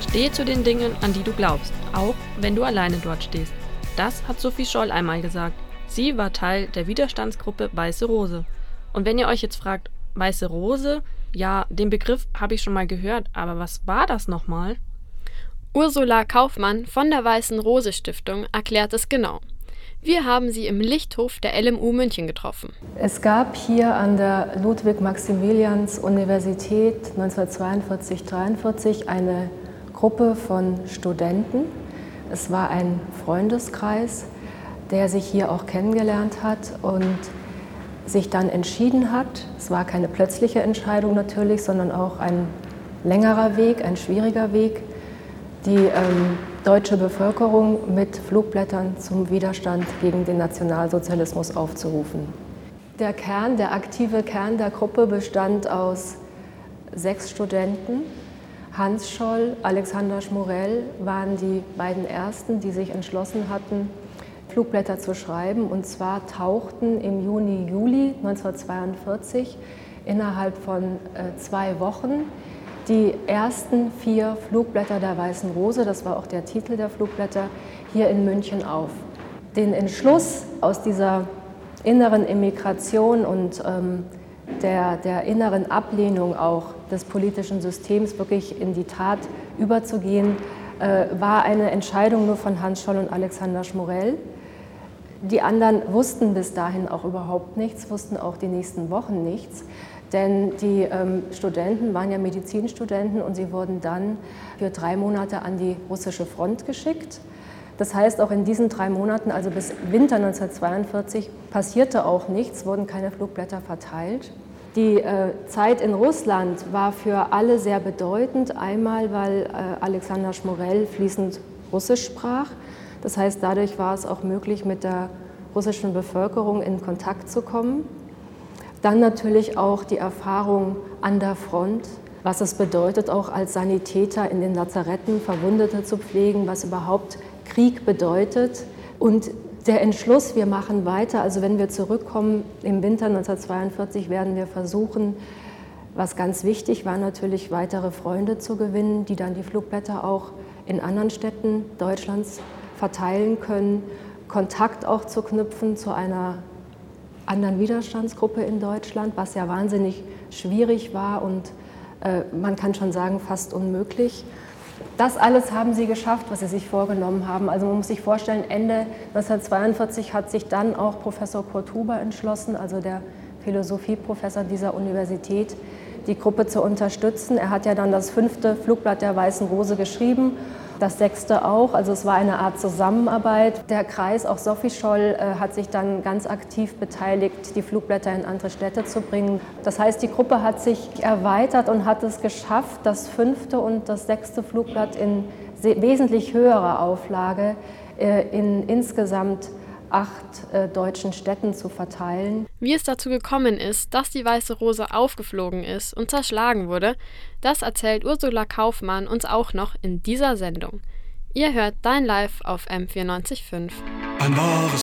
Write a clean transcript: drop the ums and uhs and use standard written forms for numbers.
Stehe zu den Dingen, an die du glaubst, auch wenn du alleine dort stehst. Das hat Sophie Scholl einmal gesagt. Sie war Teil der Widerstandsgruppe Weiße Rose. Und wenn ihr euch jetzt fragt, Weiße Rose? Ja, den Begriff habe ich schon mal gehört, aber was war das nochmal? Ursula Kaufmann von der Weißen Rose Stiftung erklärt es genau. Wir haben sie im Lichthof der LMU München getroffen. Es gab hier an der Ludwig-Maximilians-Universität 1942/43 eine Gruppe von Studenten. Es war ein Freundeskreis, der sich hier auch kennengelernt hat und sich dann entschieden hat. Es war keine plötzliche Entscheidung natürlich, sondern auch ein längerer Weg, ein schwieriger Weg, die deutsche Bevölkerung mit Flugblättern zum Widerstand gegen den Nationalsozialismus aufzurufen. Der aktive Kern der Gruppe bestand aus 6 Studenten. Hans Scholl, Alexander Schmorell waren die beiden ersten, die sich entschlossen hatten, Flugblätter zu schreiben. Und zwar tauchten im Juni, Juli 1942 innerhalb von 2 Wochen die ersten 4 Flugblätter der Weißen Rose, das war auch der Titel der Flugblätter, hier in München auf. Den Entschluss aus dieser inneren Emigration und der inneren Ablehnung auch des politischen Systems wirklich in die Tat überzugehen, war eine Entscheidung nur von Hans Scholl und Alexander Schmorell. Die anderen wussten bis dahin auch überhaupt nichts, wussten auch die nächsten Wochen nichts. Denn die Studenten waren ja Medizinstudenten und sie wurden dann für 3 Monate an die russische Front geschickt. Das heißt, auch in diesen 3 Monaten, also bis Winter 1942, passierte auch nichts, wurden keine Flugblätter verteilt. Die Zeit in Russland war für alle sehr bedeutend. Einmal, weil Alexander Schmorell fließend Russisch sprach. Das heißt, dadurch war es auch möglich, mit der russischen Bevölkerung in Kontakt zu kommen. Dann natürlich auch die Erfahrung an der Front, was es bedeutet, auch als Sanitäter in den Lazaretten Verwundete zu pflegen, was überhaupt Krieg bedeutet. Und der Entschluss, wir machen weiter, also wenn wir zurückkommen im Winter 1942, werden wir versuchen, was ganz wichtig war, natürlich weitere Freunde zu gewinnen, die dann die Flugblätter auch in anderen Städten Deutschlands verteilen können, Kontakt auch zu knüpfen zu einer anderen Widerstandsgruppe in Deutschland, was ja wahnsinnig schwierig war und man kann schon sagen, fast unmöglich. Das alles haben sie geschafft, was sie sich vorgenommen haben. Also man muss sich vorstellen, Ende 1942 hat sich dann auch Professor Kurt Huber entschlossen, also der Philosophieprofessor dieser Universität, die Gruppe zu unterstützen. Er hat ja dann das 5. Flugblatt der Weißen Rose geschrieben, das 6. auch, also es war eine Art Zusammenarbeit. Der Kreis, auch Sophie Scholl, hat sich dann ganz aktiv beteiligt, die Flugblätter in andere Städte zu bringen. Das heißt, die Gruppe hat sich erweitert und hat es geschafft, das 5. und das 6. Flugblatt in wesentlich höherer Auflage in insgesamt 8 deutschen Städten zu verteilen. Wie es dazu gekommen ist, dass die Weiße Rose aufgeflogen ist und zerschlagen wurde, das erzählt Ursula Kaufmann uns auch noch in dieser Sendung. Ihr hört Dein Live auf M94.5.